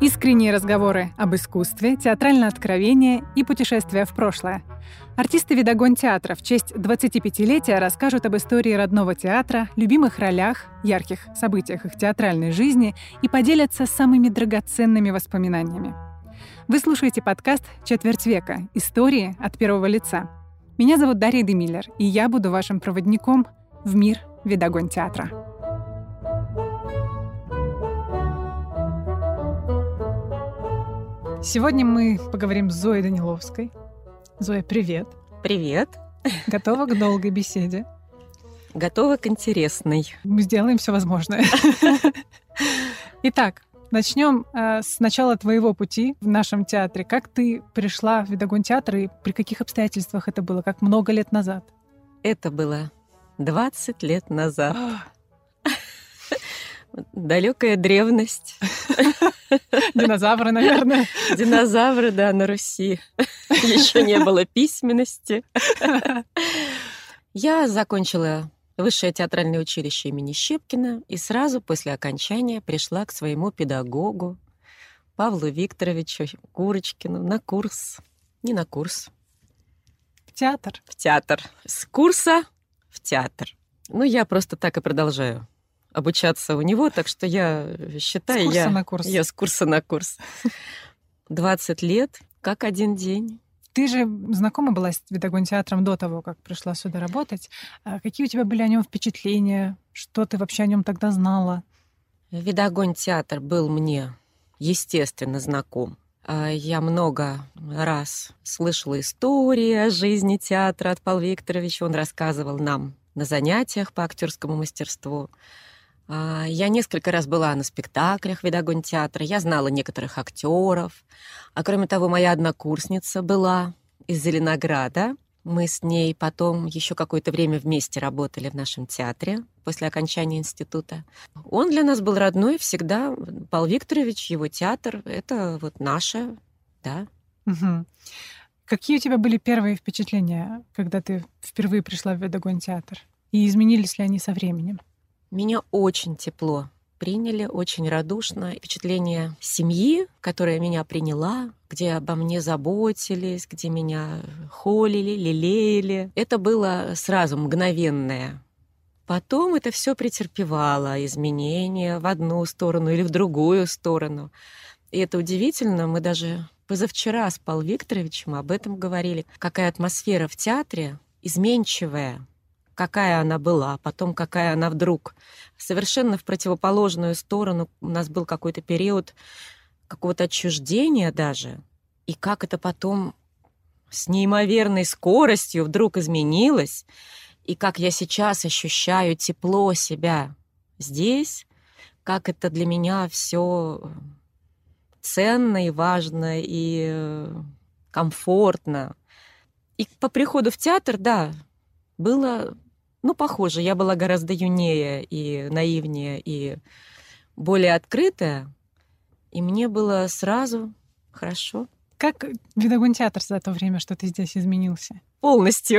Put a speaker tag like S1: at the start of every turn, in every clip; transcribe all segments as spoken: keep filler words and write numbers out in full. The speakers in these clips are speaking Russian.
S1: Искренние разговоры об искусстве, театральное откровение и путешествия в прошлое. Артисты «Видогонь театра» в честь двадцатипятилетия расскажут об истории родного театра, любимых ролях, ярких событиях их театральной жизни и поделятся самыми драгоценными воспоминаниями. Вы слушаете подкаст «Четверть века. Истории от первого лица». Меня зовут Дарья Демиллер, и я буду вашим проводником в мир «Видогонь театра». Сегодня мы поговорим с Зоей Даниловской. Зоя, привет.
S2: Привет.
S1: Готова к долгой беседе?
S2: Готова к интересной.
S1: Мы сделаем все возможное. Итак, начнем э, с начала твоего пути в нашем театре. Как ты пришла в Видогонь театр и при каких обстоятельствах это было? Как много лет назад?
S2: Это было двадцать лет назад. Далекая древность.
S1: Динозавры, наверное.
S2: Динозавры, да, на Руси. Еще не было письменности. Я закончила высшее театральное училище имени Щепкина и сразу после окончания пришла к своему педагогу Павлу Викторовичу Курочкину на курс. Не на курс.
S1: В театр?
S2: В театр. С курса в театр. Ну, я просто так и продолжаю обучаться у него, так что я считаю,
S1: с курса
S2: я,
S1: на курс.
S2: я с курса на курс. двадцать лет, как один день.
S1: Ты же знакома была с Видогонь театром до того, как пришла сюда работать. А какие у тебя были о нем впечатления? Что ты вообще о нем тогда знала?
S2: Видогонь театр был мне, естественно, знаком. Я много раз слышала истории о жизни театра от Павла Викторовича. Он рассказывал нам на занятиях по актерскому мастерству. Я несколько раз была на спектаклях Видогонь театра, я знала некоторых актеров. А кроме того, моя однокурсница была из Зеленограда. Мы с ней потом еще какое-то время вместе работали в нашем театре после окончания института. Он для нас был родной всегда. Павел Викторович, его театр — это вот наше, да.
S1: Угу. Какие у тебя были первые впечатления, когда ты впервые пришла в Видогонь театр? И изменились ли они со временем?
S2: Меня очень тепло приняли, очень радушно. Впечатление семьи, которая меня приняла, где обо мне заботились, где меня холили, лелеяли. Это было сразу мгновенное. Потом это все претерпевало изменения в одну сторону или в другую сторону. И это удивительно. Мы даже позавчера с Павлом Викторовичем об этом говорили. Какая атмосфера в театре изменчивая. Какая она была, потом какая она вдруг. Совершенно в противоположную сторону у нас был какой-то период какого-то отчуждения даже. И как это потом с неимоверной скоростью вдруг изменилось. И как я сейчас ощущаю тепло себя здесь, как это для меня все ценно и важно, и комфортно. И по приходу в театр, да, было... Ну, похоже, я была гораздо юнее и наивнее, и более открытая, и мне было сразу хорошо.
S1: Как Видогонь театр за то время, что ты здесь, изменился?
S2: Полностью.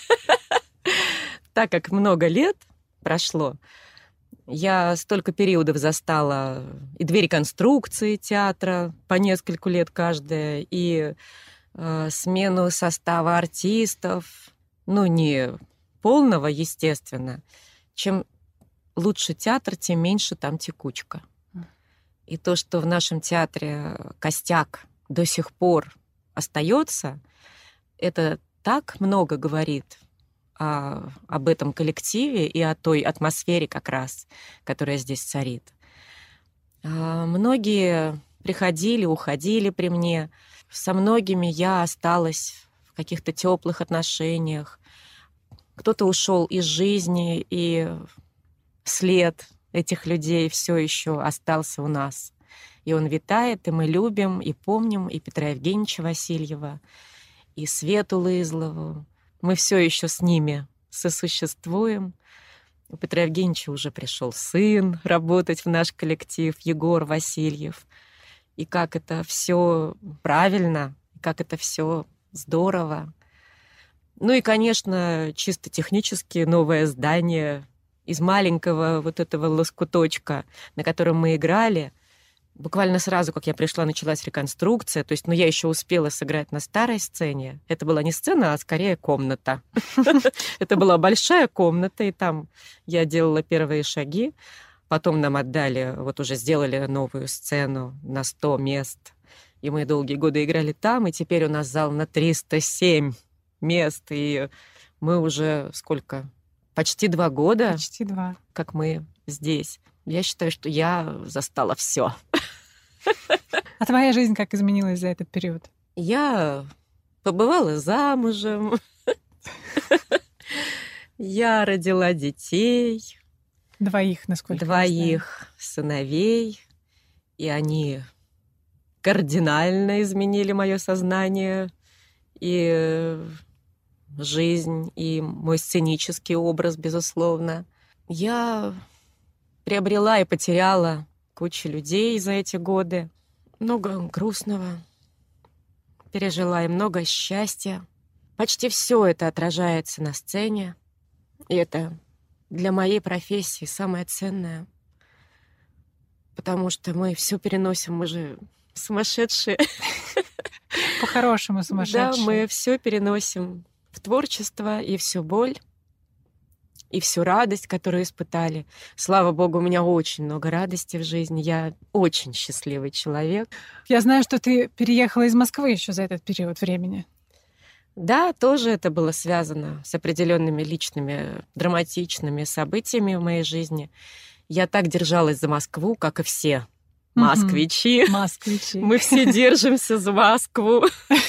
S2: Так как много лет прошло, я столько периодов застала и две реконструкции театра по нескольку лет каждая, и э, смену состава артистов, ну, не... полного, естественно. Чем лучше театр, тем меньше там текучка. И то, что в нашем театре костяк до сих пор остается, это так много говорит о, об этом коллективе и о той атмосфере как раз, которая здесь царит. А многие приходили, уходили при мне. Со многими я осталась в каких-то теплых отношениях. Кто-то ушел из жизни, и след этих людей все еще остался у нас. И он витает, и мы любим, и помним и Петра Евгеньевича Васильева, и Свету Лызлову. Мы все еще с ними сосуществуем. У Петра Евгеньевича уже пришел сын работать в наш коллектив, Егор Васильев. И как это все правильно, как это все здорово. Ну и, конечно, чисто технически новое здание из маленького вот этого лоскуточка, на котором мы играли, буквально сразу, как я пришла, началась реконструкция. То есть, ну, я еще успела сыграть на старой сцене. Это была не сцена, а скорее комната. Это была большая комната, и там я делала первые шаги. Потом нам отдали, вот уже сделали новую сцену на сто мест. И мы долгие годы играли там, и теперь у нас зал на триста семь мест. И мы уже сколько? Почти два года.
S1: Почти два.
S2: Как мы здесь. Я считаю, что я застала все.
S1: А твоя жизнь как изменилась за этот период?
S2: Я побывала замужем. Я родила детей.
S1: Двоих, насколько
S2: Двоих сыновей. И они кардинально изменили мое сознание и жизнь, и мой сценический образ, безусловно. Я приобрела и потеряла кучу людей за эти годы. Много грустного пережила и много счастья. Почти все это отражается на сцене. И это для моей профессии самое ценное. Потому что мы все переносим, мы же сумасшедшие.
S1: По-хорошему сумасшедшие.
S2: Да, мы все переносим в творчество и всю боль, и всю радость, которую испытали. Слава богу, у меня очень много радости в жизни. Я очень счастливый человек.
S1: Я знаю, что ты переехала из Москвы еще за этот период времени.
S2: Да, тоже это было связано с определенными личными драматичными событиями в моей жизни. Я так держалась за Москву, как и все москвичи.
S1: Москвичи.
S2: Мы все держимся за Москву.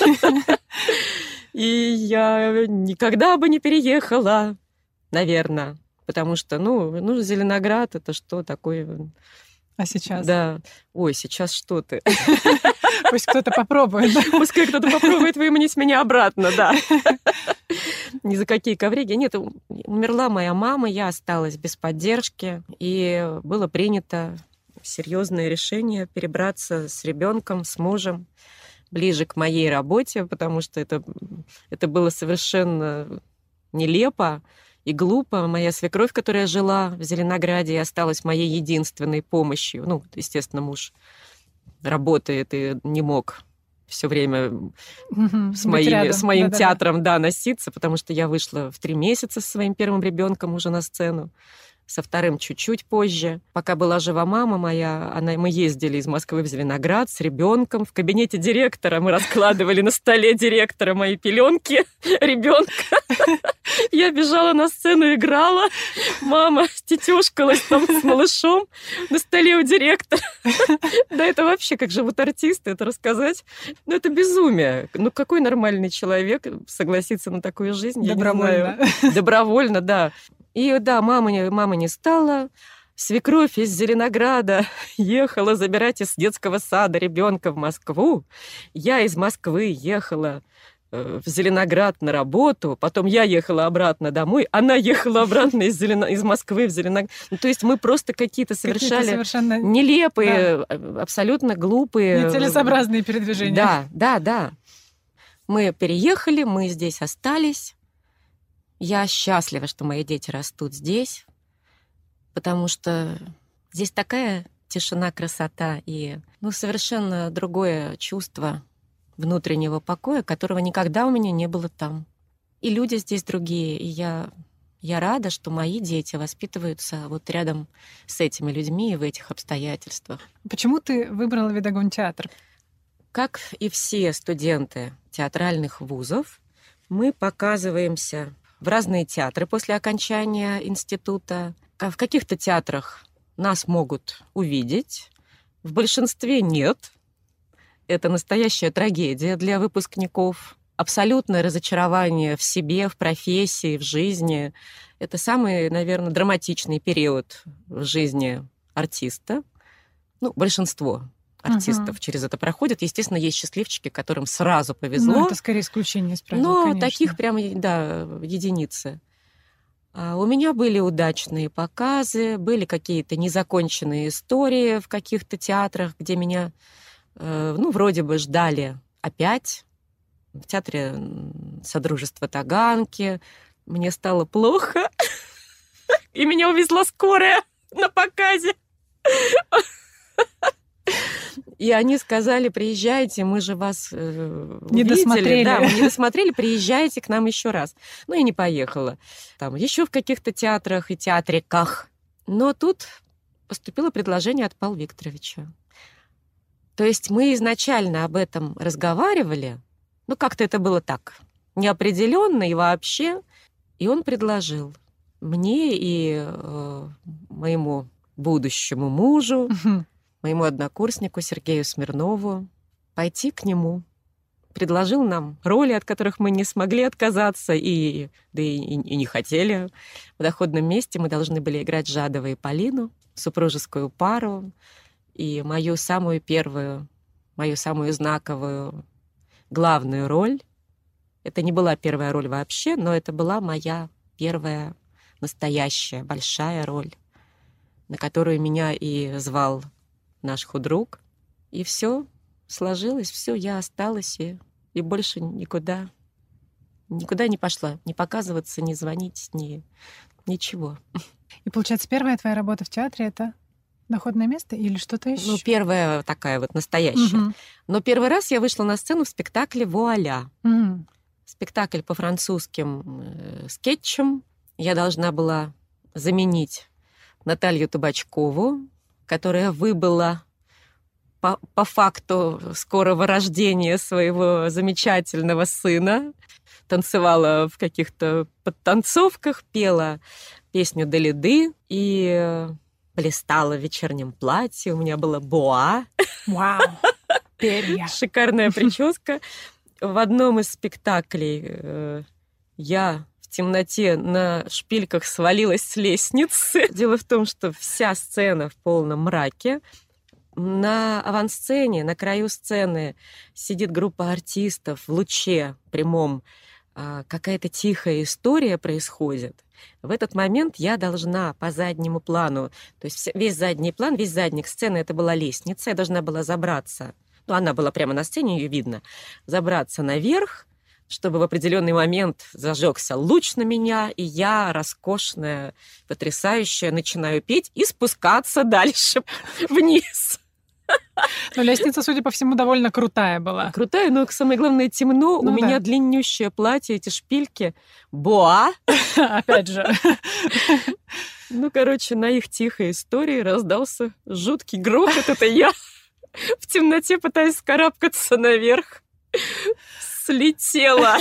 S2: И я никогда бы не переехала, наверное, потому что, ну, ну, Зеленоград — это что такое?
S1: А сейчас?
S2: Да. Ой, сейчас что ты?
S1: Пусть кто-то попробует.
S2: Пускай кто-то попробует выманить меня обратно, да. Ни за какие ковриги. Нет, умерла моя мама, я осталась без поддержки, и было принято серьезное решение перебраться с ребенком, с мужем ближе к моей работе, потому что это, это было совершенно нелепо и глупо. Моя свекровь, которая жила в Зеленограде, осталась моей единственной помощью. Ну, естественно, муж работает и не мог все время
S1: угу,
S2: с, моими, с моим
S1: Да-да-да.
S2: театром да, носиться, потому что я вышла в три месяца со своим первым ребенком уже на сцену, со вторым чуть-чуть позже. Пока была жива мама моя, она, мы ездили из Москвы в Зеленоград с ребенком. В кабинете директора мы раскладывали на столе директора мои пеленки ребенка. Я бежала на сцену, играла. Мама тетюшкалась там с малышом на столе у директора. Да это вообще, как живут артисты, это рассказать. Ну это безумие. Ну какой нормальный человек согласится на такую жизнь? Я
S1: Добровольно.
S2: не знаю. Добровольно, да. И да, мама не, мама не стала. Свекровь из Зеленограда ехала забирать из детского сада ребенка в Москву. Я из Москвы ехала в Зеленоград на работу, потом я ехала обратно домой, она ехала обратно из, Зелено... из Москвы в Зеленоград. Ну, то есть мы просто какие-то совершали какие-то совершенно... нелепые, да. Абсолютно глупые...
S1: Нецелесообразные передвижения.
S2: Да, да, да. Мы переехали, мы здесь остались. Я счастлива, что мои дети растут здесь, потому что здесь такая тишина, красота и ну, совершенно другое чувство внутреннего покоя, которого никогда у меня не было там. И люди здесь другие, и я, я рада, что мои дети воспитываются вот рядом с этими людьми и в этих обстоятельствах.
S1: Почему ты выбрала Видогон-театр?
S2: Как и все студенты театральных вузов, мы показываемся в разные театры после окончания института. В каких-то театрах нас могут увидеть, в большинстве нет. Это настоящая трагедия для выпускников. Абсолютное разочарование в себе, в профессии, в жизни. Это самый, наверное, драматичный период в жизни артиста. Ну, большинство артистов uh-huh. через это проходят. Естественно, есть счастливчики, которым сразу повезло.
S1: Ну, это скорее исключение из правил,
S2: Но
S1: конечно.
S2: таких прям, да, единицы. А у меня были удачные показы, были какие-то незаконченные истории в каких-то театрах, где меня, э, ну, вроде бы ждали опять. В театре Содружества Таганки. Мне стало плохо, и меня увезла скорая на показе. И они сказали, приезжайте, мы же вас э,
S1: не
S2: увидели.
S1: Досмотрели.
S2: Да, мы не досмотрели, приезжайте к нам еще раз. Ну и не поехала. Там еще в каких-то театрах и театриках. Но тут поступило предложение от Павла Викторовича. То есть мы изначально об этом разговаривали, ну как-то это было так, неопределенно и вообще. И он предложил мне и э, моему будущему мужу,
S1: Мгм.
S2: моему однокурснику Сергею Смирнову пойти к нему. Предложил нам роли, от которых мы не смогли отказаться, и, да и, и не хотели. В доходном месте мы должны были играть Жадова и Полину, супружескую пару, и мою самую первую, мою самую знаковую, главную роль. Это не была первая роль вообще, но это была моя первая настоящая большая роль, на которую меня и звал наш худрук. И все сложилось, все, я осталась и, и больше никуда, никуда не пошла. Не показываться, не звонить, ни, ничего.
S1: И получается, первая твоя работа в театре — это доходное место или что-то еще?
S2: Ну, первая такая вот настоящая.
S1: Мгм.
S2: Но первый раз я вышла на сцену в спектакле «Вуаля».
S1: Мгм.
S2: Спектакль по французским э, скетчам. Я должна была заменить Наталью Табачкову, которая выбыла по, по факту скорого рождения своего замечательного сына. Танцевала в каких-то подтанцовках, пела песню «Далиды» и блистала в вечернем платье. У меня было боа.
S1: Вау! Перья.
S2: Шикарная прическа. В одном из спектаклей э, я в темноте на шпильках свалилась с лестницы. Дело в том, что вся сцена в полном мраке. На авансцене, на краю сцены сидит группа артистов в луче прямом. Э, какая-то тихая история происходит. В этот момент я должна по заднему плану, то есть весь задний план, весь задник сцены, это была лестница, я должна была забраться, ну, она была прямо на сцене, ее видно, забраться наверх, чтобы в определенный момент зажегся луч на меня, и я, роскошная, потрясающая, начинаю петь и спускаться дальше вниз.
S1: Но лестница, судя по всему, довольно крутая была.
S2: Крутая, но самое главное, темно.
S1: Ну
S2: У
S1: да.
S2: меня длиннющее платье, эти шпильки. Боа.
S1: Опять же.
S2: Ну, короче, на их тихой истории раздался жуткий грохот. Это я в темноте пытаюсь скарабкаться наверх. Слетела.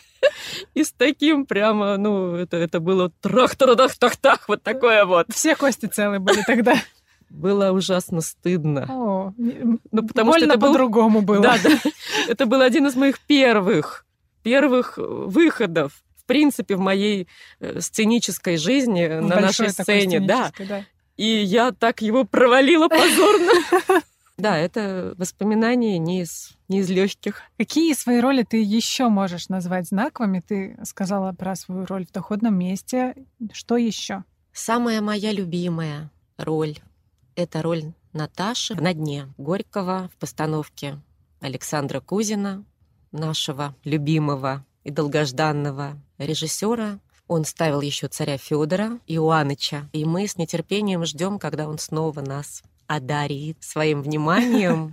S2: И с таким прямо, ну, это, это было трах-трах-тах-тах, вот такое вот.
S1: Все кости целые были тогда.
S2: Было ужасно стыдно.
S1: О,
S2: Ну, потому
S1: больно
S2: что это был...
S1: по-другому было.
S2: Да, да. Это был один из моих первых, первых выходов, в принципе, в моей э, сценической жизни
S1: В
S2: на
S1: большой
S2: нашей
S1: такой
S2: сцене. Да.
S1: сценической, да.
S2: И я так его провалила позорно. Да, это воспоминания не из, не из легких.
S1: Какие свои роли ты еще можешь назвать знаковыми? Ты сказала про свою роль в доходном месте. Что еще?
S2: Самая моя любимая роль — это роль Наташи «На дне» Горького в постановке Александра Кузина, нашего любимого и долгожданного режиссера. Он ставил еще царя Федора Иоанныча, и мы с нетерпением ждем, когда он снова нас одарит своим вниманием.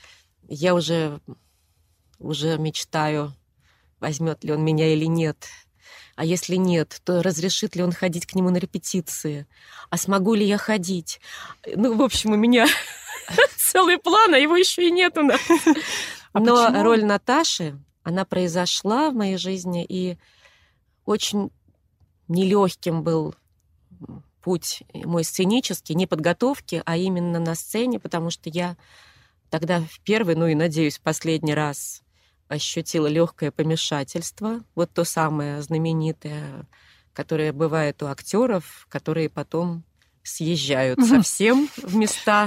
S2: Я уже, уже мечтаю, возьмет ли он меня или нет. А если нет, то разрешит ли он ходить к нему на репетиции? А смогу ли я ходить? Ну, в общем, у меня целый план, а его еще и нет у нас.
S1: А
S2: Но
S1: почему?
S2: роль Наташи, она произошла в моей жизни, и очень нелегким был путь мой сценический, не подготовки, а именно на сцене, потому что я тогда в первый, ну и, надеюсь, в последний раз ощутила легкое помешательство, вот то самое знаменитое, которое бывает у актеров, которые потом съезжают совсем в места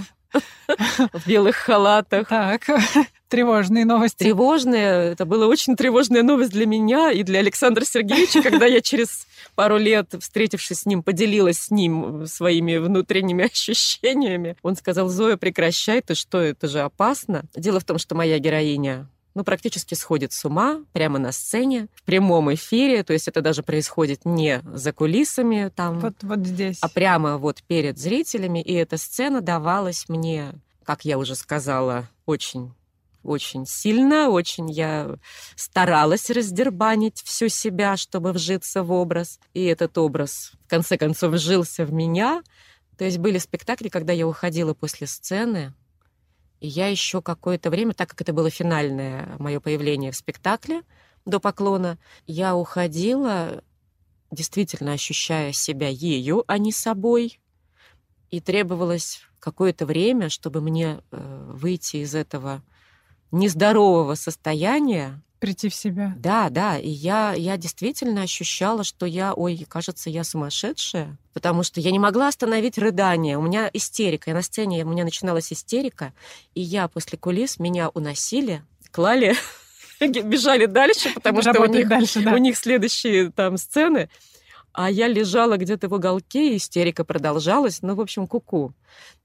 S2: в белых халатах.
S1: Так, тревожные новости.
S2: Тревожная, это была очень тревожная новость для меня и для Александра Сергеевича, когда я через пару лет, встретившись с ним, поделилась с ним своими внутренними ощущениями. Он сказал: «Зоя, прекращай, ты что, это же опасно». Дело в том, что моя героиня ну, практически сходит с ума прямо на сцене, в прямом эфире, то есть это даже происходит не за кулисами, там,
S1: Вот, вот здесь.
S2: а прямо вот перед зрителями, и эта сцена давалась мне как я уже сказала, очень, очень сильно, очень я старалась раздербанить всю себя, чтобы вжиться в образ. И этот образ, в конце концов, вжился в меня. То есть были спектакли, когда я уходила после сцены, и я еще какое-то время, так как это было финальное мое появление в спектакле до поклона, я уходила, действительно ощущая себя ею, а не собой. И требовалось какое-то время, чтобы мне э, выйти из этого нездорового состояния.
S1: Прийти в себя.
S2: Да, да. И я, я действительно ощущала, что я, ой, кажется, я сумасшедшая, потому что я не могла остановить рыдание. У меня истерика. И на сцене у меня начиналась истерика, и я после кулис, меня уносили, клали, бежали дальше, потому что у них,
S1: дальше, да.
S2: у них следующие там сцены. А я лежала где-то в уголке, и истерика продолжалась. Ну, в общем, ку-ку.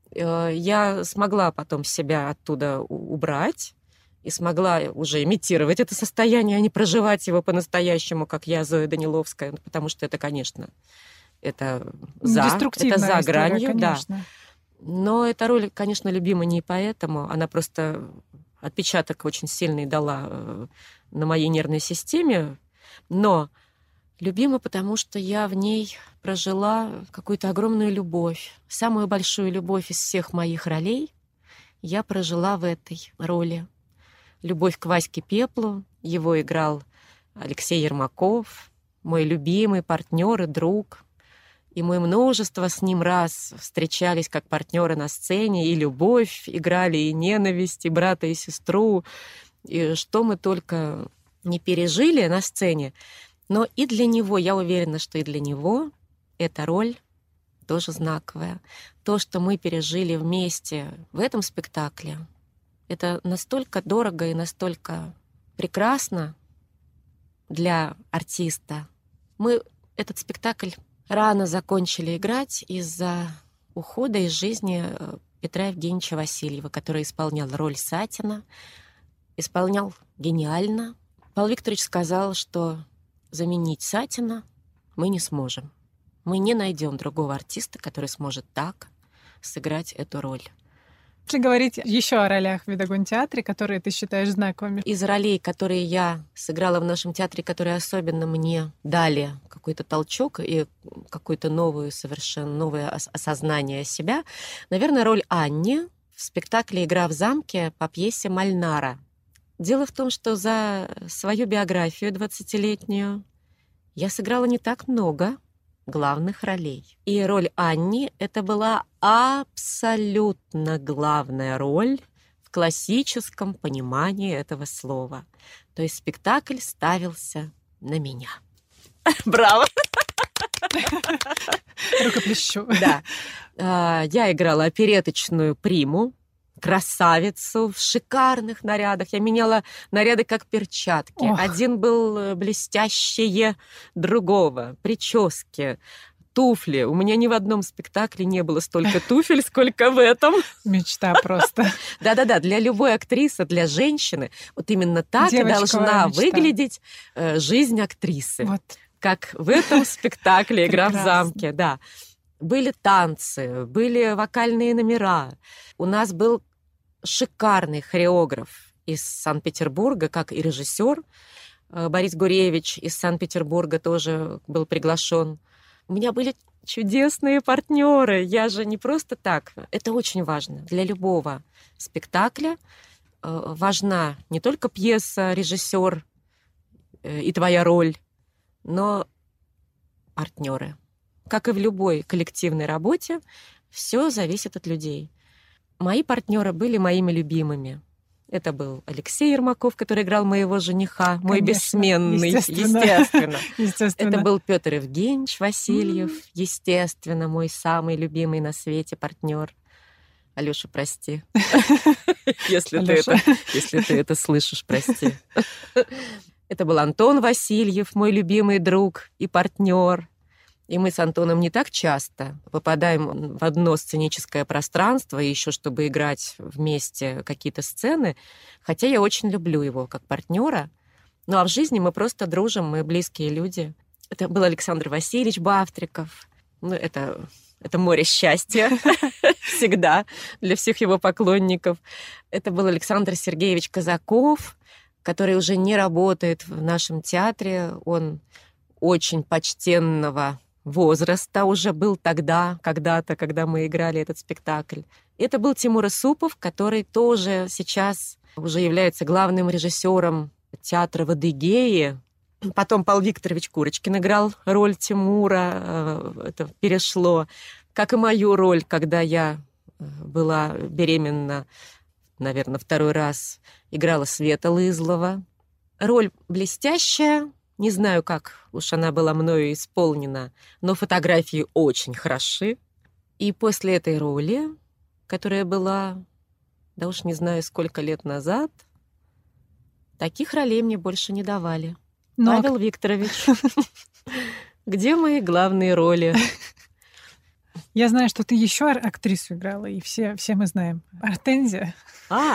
S2: Я смогла потом себя оттуда убрать и смогла уже имитировать это состояние, а не проживать его по-настоящему, как я, Зоя Даниловская, потому что это, конечно, это за, это за гранью. Да. Но эта роль, конечно, любима не поэтому. Она просто отпечаток очень сильный дала на моей нервной системе. Но любима, потому что я в ней прожила какую-то огромную любовь. Самую большую любовь из всех моих ролей я прожила в этой роли. Любовь к Ваське Пеплу. Его играл Алексей Ермаков, мой любимый партнер и друг. И мы множество с ним раз встречались как партнеры на сцене, и любовь играли, и ненависть, и брата, и сестру. И что мы только не пережили на сцене. Но и для него, я уверена, что и для него эта роль тоже знаковая. То, что мы пережили вместе в этом спектакле, это настолько дорого и настолько прекрасно для артиста. Мы этот спектакль рано закончили играть из-за ухода из жизни Петра Евгеньевича Васильева, который исполнял роль Сатина, исполнял гениально. Павел Викторович сказал, что заменить Сатина мы не сможем. Мы не найдем другого артиста, который сможет так сыграть эту роль.
S1: Если говорить еще о ролях в Видогон-театре, которые ты считаешь знаковыми.
S2: Из ролей, которые я сыграла в нашем театре, которые особенно мне дали какой-то толчок и какое-то новое, совершенно новое осознание себя, наверное, роль Анни в спектакле «Игра в замке» по пьесе Мольнара. Дело в том, что за свою биографию двадцатилетнюю я сыграла не так много главных ролей. И роль Анни — это была абсолютно главная роль в классическом понимании этого слова. То есть спектакль ставился на меня. Браво!
S1: Рукоплещу.
S2: Да. Я играла опереточную приму, красавицу в шикарных нарядах. Я меняла наряды как перчатки. Ох. Один был блестящее другого. Прически, туфли. У меня ни в одном спектакле не было столько туфель, сколько в этом.
S1: Мечта просто.
S2: Да-да-да, для любой актрисы, для женщины вот именно так и должна
S1: мечта.
S2: выглядеть э, жизнь актрисы. Вот. Как в этом спектакле «Игра в замке». Да. Были танцы, были вокальные номера. У нас был шикарный хореограф из Санкт-Петербурга, как и режиссер. Борис Гуревич из Санкт-Петербурга тоже был приглашен. У меня были чудесные партнеры. Я же не просто так. Это очень важно. Для любого спектакля важна не только пьеса, режиссер и твоя роль, но партнеры. Как и в любой коллективной работе, все зависит от людей. Мои партнеры были моими любимыми. Это был Алексей Ермаков, который играл моего жениха, Конечно, мой бессменный, естественно. естественно. естественно. Это был Петр Евгеньевич Васильев, mm. естественно, мой самый любимый на свете партнер. Алёша, прости, если ты это слышишь, прости. Это был Антон Васильев, мой любимый друг и партнер. И мы с Антоном не так часто попадаем в одно сценическое пространство, и еще чтобы играть вместе какие-то сцены, хотя я очень люблю его как партнера. Ну а в жизни мы просто дружим, мы близкие люди. Это был Александр Васильевич Бавтриков. Ну, это Это море счастья всегда для всех его поклонников. Это был Александр Сергеевич Казаков, который уже не работает в нашем театре. Он очень почтенного возраста уже был тогда, когда-то, когда мы играли этот спектакль. Это был Тимур Исупов, который тоже сейчас уже является главным режиссером театра в Адыгее. Потом Павел Викторович Курочкин играл роль Тимура. Это перешло. Как и мою роль, когда я была беременна, наверное, второй раз, играла Света Лызлова. Роль блестящая. Не знаю, как уж она была мною исполнена, но фотографии очень хороши. И после этой роли, которая была, да уж не знаю, сколько лет назад, таких ролей мне больше не давали. Но... Павел Викторович, где мои главные роли?
S1: Я знаю, что ты еще актрису играла, и все, все мы знаем. Артензия.
S2: А!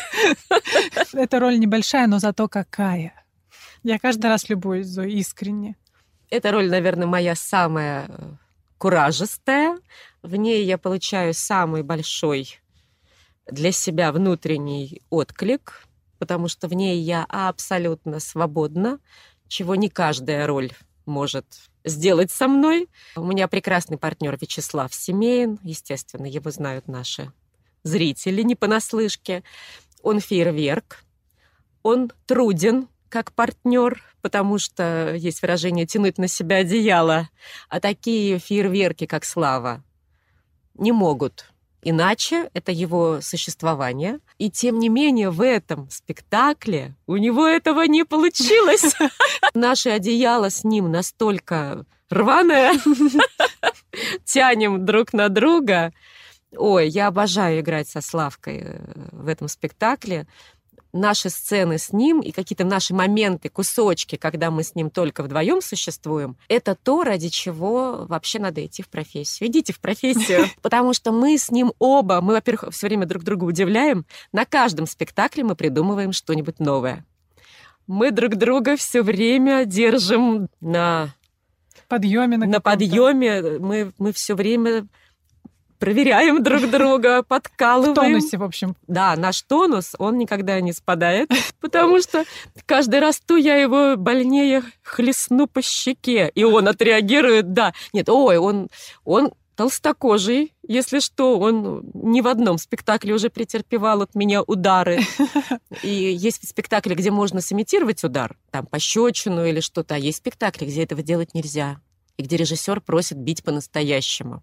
S1: Эта роль небольшая, но зато какая. Я каждый раз любуюсь, Зоя, искренне.
S2: Эта роль, наверное, моя самая куражистая. В ней я получаю самый большой для себя внутренний отклик, потому что в ней я абсолютно свободна, чего не каждая роль может сделать со мной. У меня прекрасный партнер Вячеслав Семейн. Естественно, его знают наши зрители не понаслышке. Он фейерверк, он труден, как партнер, потому что есть выражение «тянуть на себя одеяло», а такие фейерверки, как Слава, не могут. Иначе это его существование. И тем не менее в этом спектакле у него этого не получилось. Наше одеяло с ним настолько рваное, тянем друг на друга. Ой, я обожаю играть со Славкой в этом спектакле. Наши сцены с ним и какие-то наши моменты, кусочки, когда мы с ним только вдвоем существуем, это то, ради чего вообще надо идти в профессию. Идите в профессию, потому что мы с ним оба, мы, во-первых, все время друг друга удивляем. На каждом спектакле мы придумываем что-нибудь новое. Мы друг друга все время держим на
S1: подъеме, на,
S2: на подъеме. Мы, мы все время проверяем друг друга, подкалываем.
S1: В тонусе, в общем.
S2: Да, наш тонус, он никогда не спадает, потому что каждый раз то я его больнее хлестну по щеке, и он отреагирует, да. Нет, ой, он, он толстокожий, если что, он не в одном спектакле уже претерпевал от меня удары. И есть спектакли, где можно сымитировать удар, там, пощечину или что-то, а есть спектакли, где этого делать нельзя, и где режиссер просит бить по-настоящему.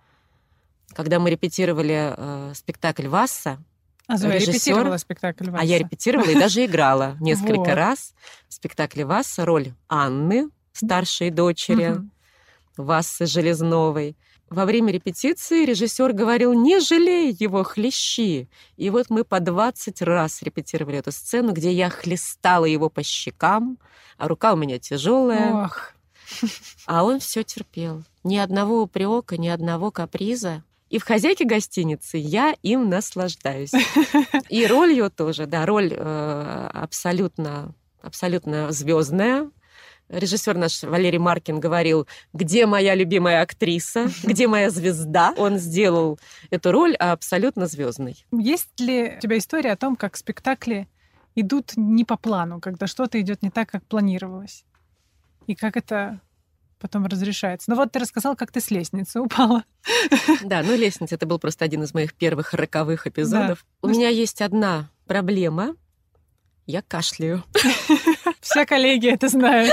S2: Когда мы репетировали э, спектакль «Васса»,
S1: а Зоя режиссер, репетировала спектакль «Васса».
S2: А я репетировала и даже играла несколько
S1: вот.
S2: раз в спектакле «Васса» роль Анны, старшей дочери угу. Вассы Железновой. Во время репетиции режиссер говорил: не жалей его, хлещи. И вот мы по двадцать раз репетировали эту сцену, где я хлестала его по щекам, а рука у меня тяжелая.
S1: Ох.
S2: А он все терпел. Ни одного упрека, ни одного каприза. И в «Хозяйке гостиницы» я им наслаждаюсь. И ролью тоже, да, роль э, абсолютно, абсолютно звездная. Режиссер наш Валерий Маркин говорил: где моя любимая актриса, где моя звезда. Он сделал эту роль абсолютно звездной.
S1: Есть ли у тебя история о том, как спектакли идут не по плану, когда что-то идет не так, как планировалось? И как это потом разрешается? Ну вот ты рассказал, как ты с лестницы упала.
S2: Да, ну лестница — это был просто один из моих первых роковых эпизодов. Да. У меня есть одна проблема. Я кашляю.
S1: Все коллеги это знают.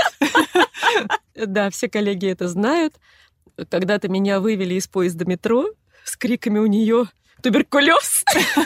S2: Да, все коллеги это знают. Когда-то меня вывели из поезда метро с криками у нее «Туберкулез!»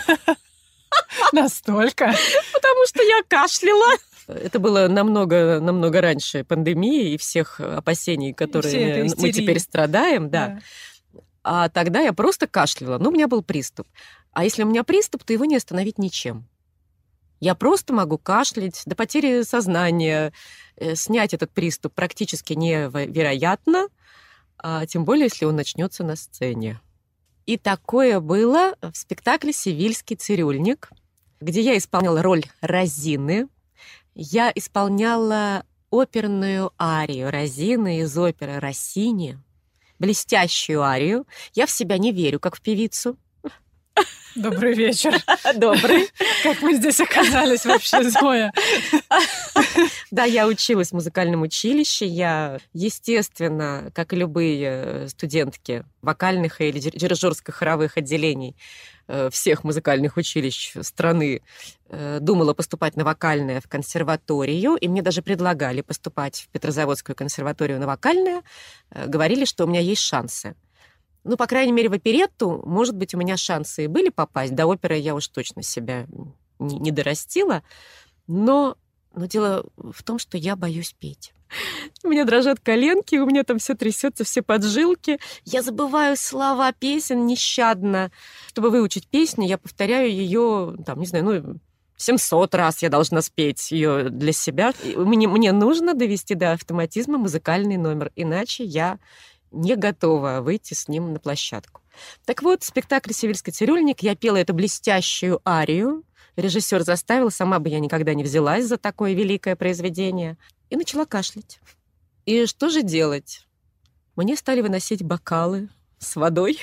S1: Настолько?
S2: Потому что я кашляла. Это было намного, намного раньше пандемии и всех опасений, которые мы теперь страдаем. Да. Да. А тогда я просто кашляла. Ну, у меня был приступ. А если у меня приступ, то его не остановить ничем. Я просто могу кашлять до потери сознания. Снять этот приступ практически невероятно, а тем более, если он начнется на сцене. И такое было в спектакле «Севильский цирюльник», где я исполняла роль Розины. Я исполняла оперную арию Розины из оперы Россини блестящую арию. Я в себя не верю, как в певицу.
S1: Добрый вечер.
S2: Добрый.
S1: Как мы здесь оказались вообще, Зоя?
S2: Да, я училась в музыкальном училище. Я, естественно, как и любые студентки вокальных или дирижерско-хоровых отделений всех музыкальных училищ страны, думала поступать на вокальное в консерваторию, и мне даже предлагали поступать в Петрозаводскую консерваторию на вокальное. Говорили, что у меня есть шансы. Ну, по крайней мере, в оперетту, может быть, у меня шансы и были попасть. До оперы я уж точно себя не, не дорастила. Но, но дело в том, что я боюсь петь. У меня дрожат коленки, у меня там все трясется, все поджилки. Я забываю слова песен нещадно. Чтобы выучить песню, я повторяю ее, там, не знаю, ну, семьсот раз я должна спеть ее для себя. И мне, мне нужно довести до автоматизма музыкальный номер, иначе я не готова выйти с ним на площадку. Так вот, в спектакле «Севильский цирюльник» я пела эту блестящую арию. Режиссер заставил, сама бы я никогда не взялась за такое великое произведение. И начала кашлять. И что же делать? Мне стали выносить бокалы с водой.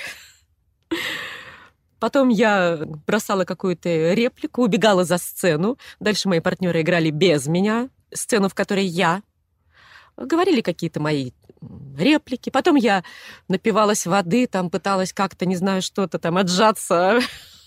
S2: Потом я бросала какую-то реплику, убегала за сцену. Дальше мои партнеры играли без меня. Сцену, в которой я. Говорили какие-то мои реплики. Потом я напивалась воды, там пыталась как-то, не знаю, что-то там отжаться.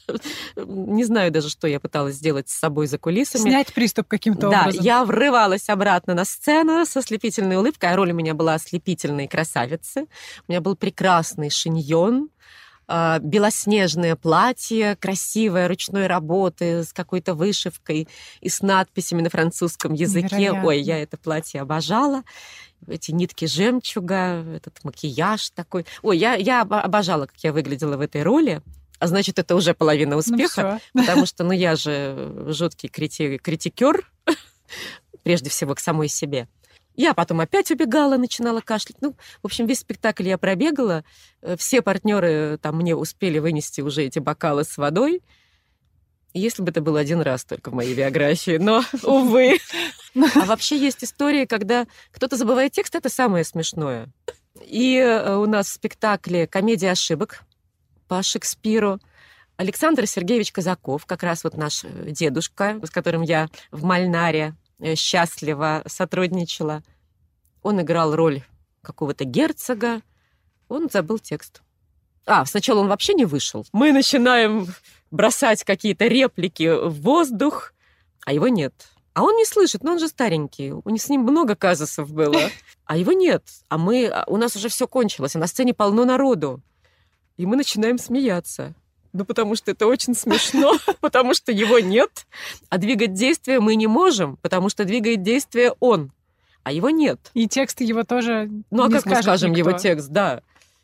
S2: Не знаю даже, что я пыталась сделать с собой за кулисами.
S1: Снять приступ каким-то
S2: да,
S1: образом.
S2: Да, я врывалась обратно на сцену со слепительной улыбкой, а роль у меня была ослепительной красавицы. У меня был прекрасный шиньон, белоснежное платье, красивое, ручной работы, с какой-то вышивкой и с надписями на французском языке.
S1: Невероятно.
S2: Ой, я это платье обожала. Эти нитки жемчуга, этот макияж такой. Ой, я, я обожала, как я выглядела в этой роли. А значит, это уже половина успеха, ну, потому что, ну, я же жуткий крити- критикер, прежде всего, к самой себе. Я потом опять убегала, начинала кашлять. Ну, в общем, весь спектакль я пробегала. Все партнеры там мне успели вынести уже эти бокалы с водой. Если бы это был один раз только в моей биографии, но, увы. А вообще есть истории, когда кто-то забывает текст, это самое смешное. И у нас в спектакле «Комедия ошибок» по Шекспиру Александр Сергеевич Казаков, как раз вот наш дедушка, с которым я в Мальнаре счастливо сотрудничала. Он играл роль какого-то герцога. Он забыл текст. А, сначала он вообще не вышел. Мы начинаем бросать какие-то реплики в воздух, а его нет. А он не слышит, но он же старенький. У него с ним много казусов было. А его нет. А мы... У нас уже все кончилось, а на сцене полно народу. И мы начинаем смеяться. Ну, потому что это очень смешно, потому что его нет, а двигать действие мы не можем, потому что двигает действие он, а его нет.
S1: И текст его тоже
S2: Ну, а
S1: не
S2: как мы скажем
S1: никто.
S2: Его текст, да.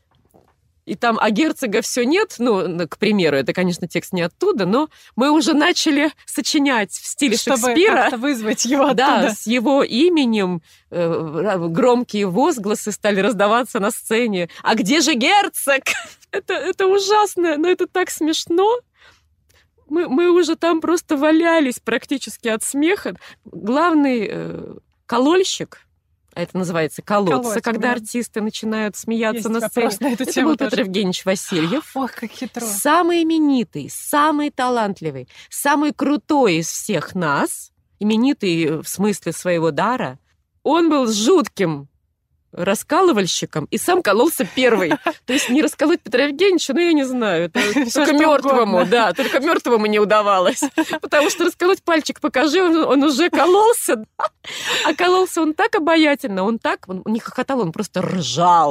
S2: И там, а герцога все нет, ну, к примеру, это, конечно, текст не оттуда, но мы уже начали сочинять в стиле
S1: Чтобы
S2: Шекспира.
S1: Чтобы как-то вызвать его оттуда.
S2: Да, с его именем громкие возгласы стали раздаваться на сцене. А где же герцог? Это, это ужасно, но это так смешно. Мы, мы уже там просто валялись практически от смеха. Главный э, колольщик, а это называется колодца,
S1: Колодец,
S2: когда
S1: да.
S2: артисты начинают смеяться
S1: Есть
S2: на сцене.
S1: на эту
S2: это
S1: тему
S2: был
S1: тоже.
S2: Петр Евгеньевич Васильев.
S1: Ох, как хитро.
S2: Самый именитый, самый талантливый, самый крутой из всех нас, именитый в смысле своего дара. Он был жутким раскалывальщиком и сам кололся первый. То есть не расколоть Петра Евгеньевича, ну, я не знаю, это только мертвому, да, только мертвому не удавалось. Потому что расколоть пальчик покажи, он, он уже кололся. А кололся он так обаятельно, он так, он не хохотал, он просто ржал,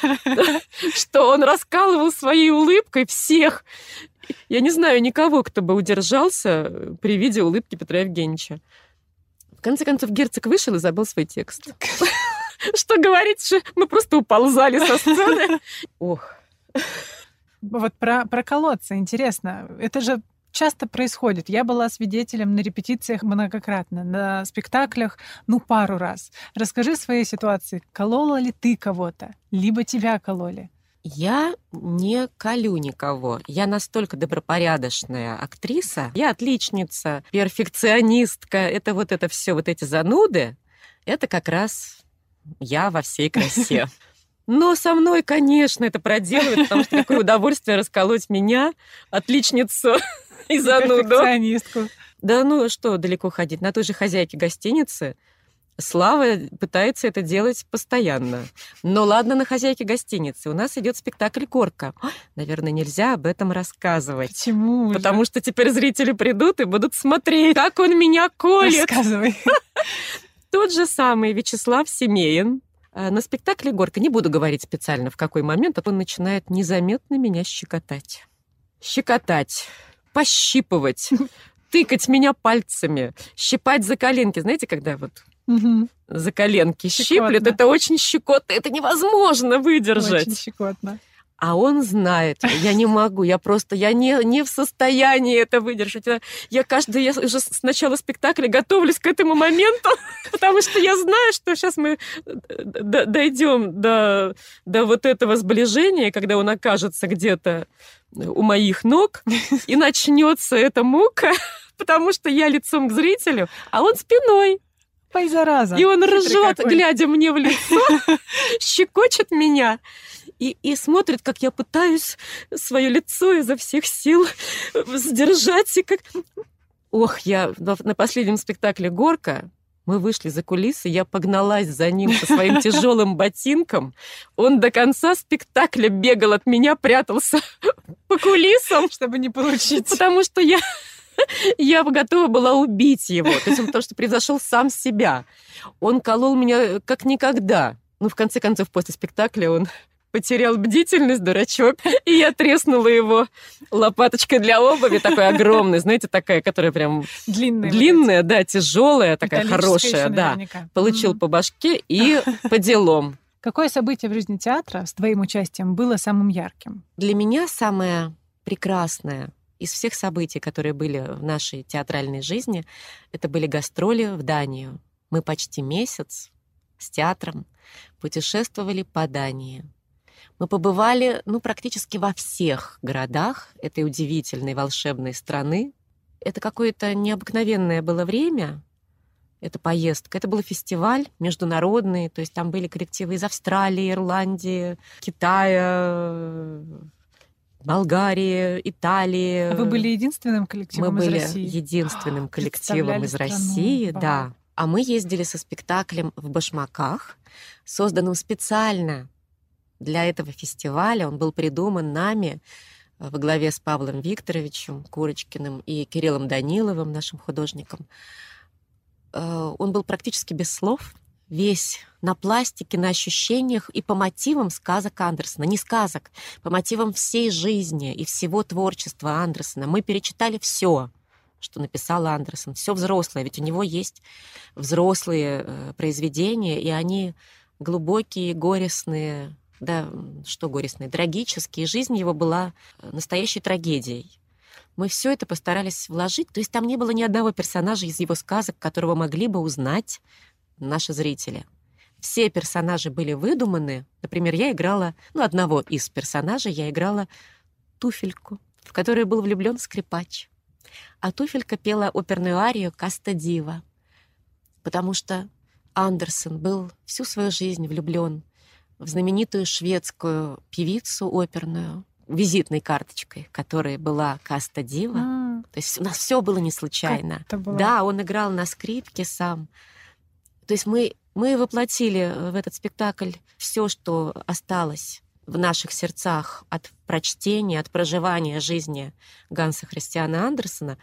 S2: что он раскалывал своей улыбкой всех. Я не знаю никого, кто бы удержался при виде улыбки Петра Евгеньевича. В конце концов, герцог вышел и забыл свой текст. Что говорить, что мы просто уползали со сцены. Ох.
S1: Вот про, про колодцы интересно. Это же часто происходит. Я была свидетелем на репетициях многократно, на спектаклях, ну, пару раз. Расскажи о своей ситуации. Колола ли ты кого-то? Либо тебя кололи?
S2: Я не колю никого. Я настолько добропорядочная актриса. Я отличница, перфекционистка. Это вот это все, вот эти зануды, это как раз я во всей красе. Но со мной, конечно, это проделывают, потому что какое удовольствие расколоть меня, отличницу и зануду.
S1: Перфекционистку.
S2: Да ну что далеко ходить. На той же хозяйке гостиницы Слава пытается это делать постоянно. Но ладно, на хозяйке гостиницы. У нас идет спектакль «Горка». Ой, наверное, нельзя об этом рассказывать.
S1: Почему же?
S2: Потому что теперь зрители придут и будут смотреть, как он меня колет.
S1: Рассказывай.
S2: Тот же самый Вячеслав Семеин. На спектакле «Горка», не буду говорить специально, в какой момент, он начинает незаметно меня щекотать. Щекотать, пощипывать, тыкать меня пальцами, щипать за коленки. Знаете, когда вот
S1: Угу.
S2: за коленки
S1: Щекотно.
S2: щиплет, это очень щекотно, это невозможно выдержать.
S1: Очень щекотно.
S2: А он знает, я не могу, я просто, я не, не в состоянии это выдержать. Я, я каждый, я уже с начала спектакля готовлюсь к этому моменту, потому что я знаю, что сейчас мы дойдем до, до вот этого сближения, когда он окажется где-то у моих ног, и начнется эта мука, потому что я лицом к зрителю, а он спиной.
S1: Пой, зараза.
S2: И он
S1: Хитрый
S2: ржет,
S1: какой.
S2: глядя мне в лицо, щекочет меня и, и смотрит, как я пытаюсь свое лицо изо всех сил сдержать. И как... Ох, я на последнем спектакле «Горка» мы вышли за кулисы, я погналась за ним со своим тяжелым ботинком. Он до конца спектакля бегал от меня, прятался по кулисам,
S1: Чтобы не получить.
S2: потому что я... Я бы готова была убить его, то есть он потому что превзошел сам себя. Он колол меня как никогда. Ну, в конце концов, после спектакля он потерял бдительность, дурачок, и я треснула его лопаточкой для обуви, такой огромной, знаете, такая, которая прям
S1: Длинные.
S2: длинная, да, тяжелая, такая
S1: Металлическая
S2: хорошая,
S1: ещё
S2: да.
S1: наверняка.
S2: Получил
S1: Мгм.
S2: по башке и по делам.
S1: Какое событие в жизни театра с твоим участием было самым ярким?
S2: Для меня самое прекрасное из всех событий, которые были в нашей театральной жизни, это были гастроли в Данию. Мы почти месяц с театром путешествовали по Дании. Мы побывали, ну, практически во всех городах этой удивительной волшебной страны. Это какое-то необыкновенное было время, эта поездка. Это был фестиваль международный, то есть там были коллективы из Австралии, Ирландии, Китая, Болгарии, Италии.
S1: А вы были единственным коллективом
S2: Мы
S1: из
S2: были
S1: России?
S2: единственным коллективом
S1: Представляли
S2: из
S1: страну.
S2: России,
S1: Вау.
S2: да. А мы ездили со спектаклем в башмаках, созданным специально для этого фестиваля. Он был придуман нами э, во главе с Павлом Викторовичем Курочкиным и Кириллом Даниловым, нашим художником. Э, Он был практически без слов, весь на пластике, на ощущениях и по мотивам сказок Андерсона. Не сказок, по мотивам всей жизни и всего творчества Андерсона. Мы перечитали все, что написал Андерсон, все взрослое, ведь у него есть взрослые э, произведения, и они глубокие, горестные, да, что горестные, трагические. Жизнь его была настоящей трагедией. Мы все это постарались вложить, то есть там не было ни одного персонажа из его сказок, которого могли бы узнать наши зрители. Все персонажи были выдуманы. Например, я играла, ну, одного из персонажей, я играла туфельку, в которую был влюблен скрипач. А туфелька пела оперную арию «Каста Дива», потому что Андерсон был всю свою жизнь влюблен в знаменитую шведскую певицу оперную, визитной карточкой, которой была Каста Дива.
S1: А,
S2: То есть у нас все было не случайно.
S1: как это было?
S2: Да, он играл на скрипке сам. То есть мы, мы воплотили в этот спектакль все, что осталось в наших сердцах от прочтения, от проживания жизни Ганса Христиана Андерсена.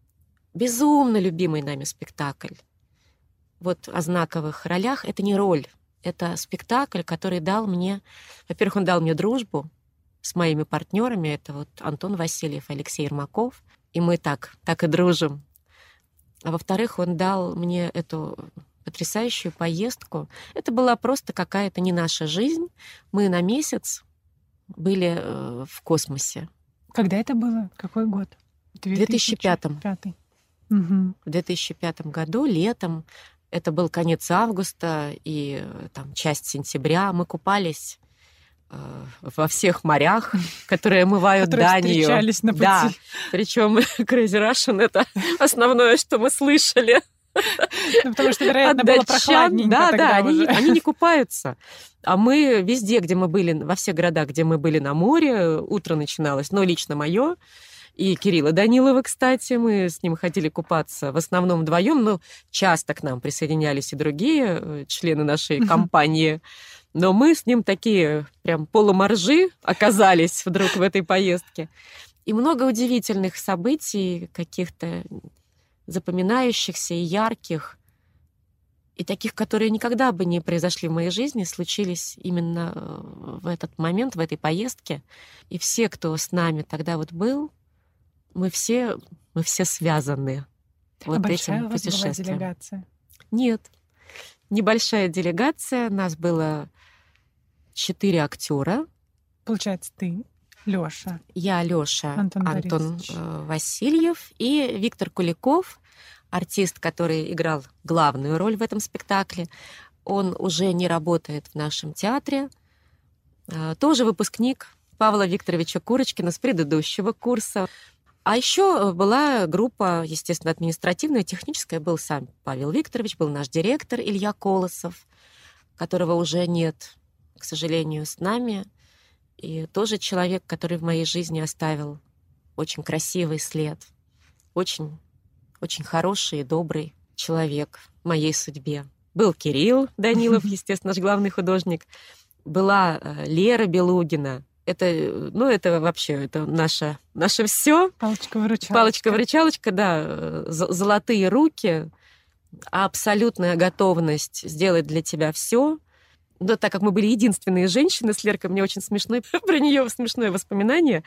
S2: Безумно любимый нами спектакль. Вот о знаковых ролях. Это не роль, это спектакль, который дал мне... Во-первых, он дал мне дружбу с моими партнерами. Это вот Антон Васильев, Алексей Ермаков. И мы так, так и дружим. А во-вторых, он дал мне эту потрясающую поездку. Это была просто какая-то не наша жизнь. Мы на месяц были э, в космосе.
S1: Когда это было? Какой год?
S2: В две тысячи пятом.
S1: Пятый. Угу.
S2: В две тысячи пятом году, летом, это был конец августа и э, там часть сентября, мы купались э, во всех морях, которые омывают
S1: Которые
S2: Данию.
S1: встречались на пути.
S2: Да, причем Crazy Russian — это основное, что мы слышали.
S1: Ну, потому что, вероятно, было прохладненько
S2: Да,
S1: тогда
S2: да, они,
S1: уже.
S2: они не купаются. А мы везде, где мы были, во всех городах, где мы были на море, утро начиналось, но лично мое, и Кирилла Данилова, кстати, мы с ним ходили купаться в основном вдвоем, но часто к нам присоединялись и другие члены нашей компании. Но мы с ним такие прям полуморжи оказались вдруг в этой поездке. И много удивительных событий, каких-то запоминающихся и ярких, и таких, которые никогда бы не произошли в моей жизни, случились именно в этот момент, в этой поездке. И все, кто с нами тогда вот был, мы все, мы все связаны вот
S1: А
S2: этим
S1: большая у вас была
S2: путешествием.
S1: делегация?
S2: Нет, небольшая делегация. Нас было четыре актера.
S1: Получается, ты, Лёша,
S2: Я, Лёша,
S1: Антон
S2: Антон
S1: Борисович.
S2: э, Васильев и Виктор Куликов, артист, который играл главную роль в этом спектакле. Он уже не работает в нашем театре. Э, Тоже выпускник Павла Викторовича Курочкина с предыдущего курса. А еще была группа, естественно, административная, техническая. Был сам Павел Викторович, был наш директор Илья Колосов, которого уже нет, к сожалению, с нами. И тоже человек, который в моей жизни оставил очень красивый след. Очень, очень хороший и добрый человек в моей судьбе. Был Кирилл Данилов, естественно, наш главный художник. Была Лера Белугина. Это, ну, это вообще это наше, наше все.
S1: Палочка-выручалочка.
S2: Палочка-выручалочка, да. Золотые руки, абсолютная готовность сделать для тебя все. Но так как мы были единственные женщины с Леркой, мне очень смешно, про нее смешное воспоминание.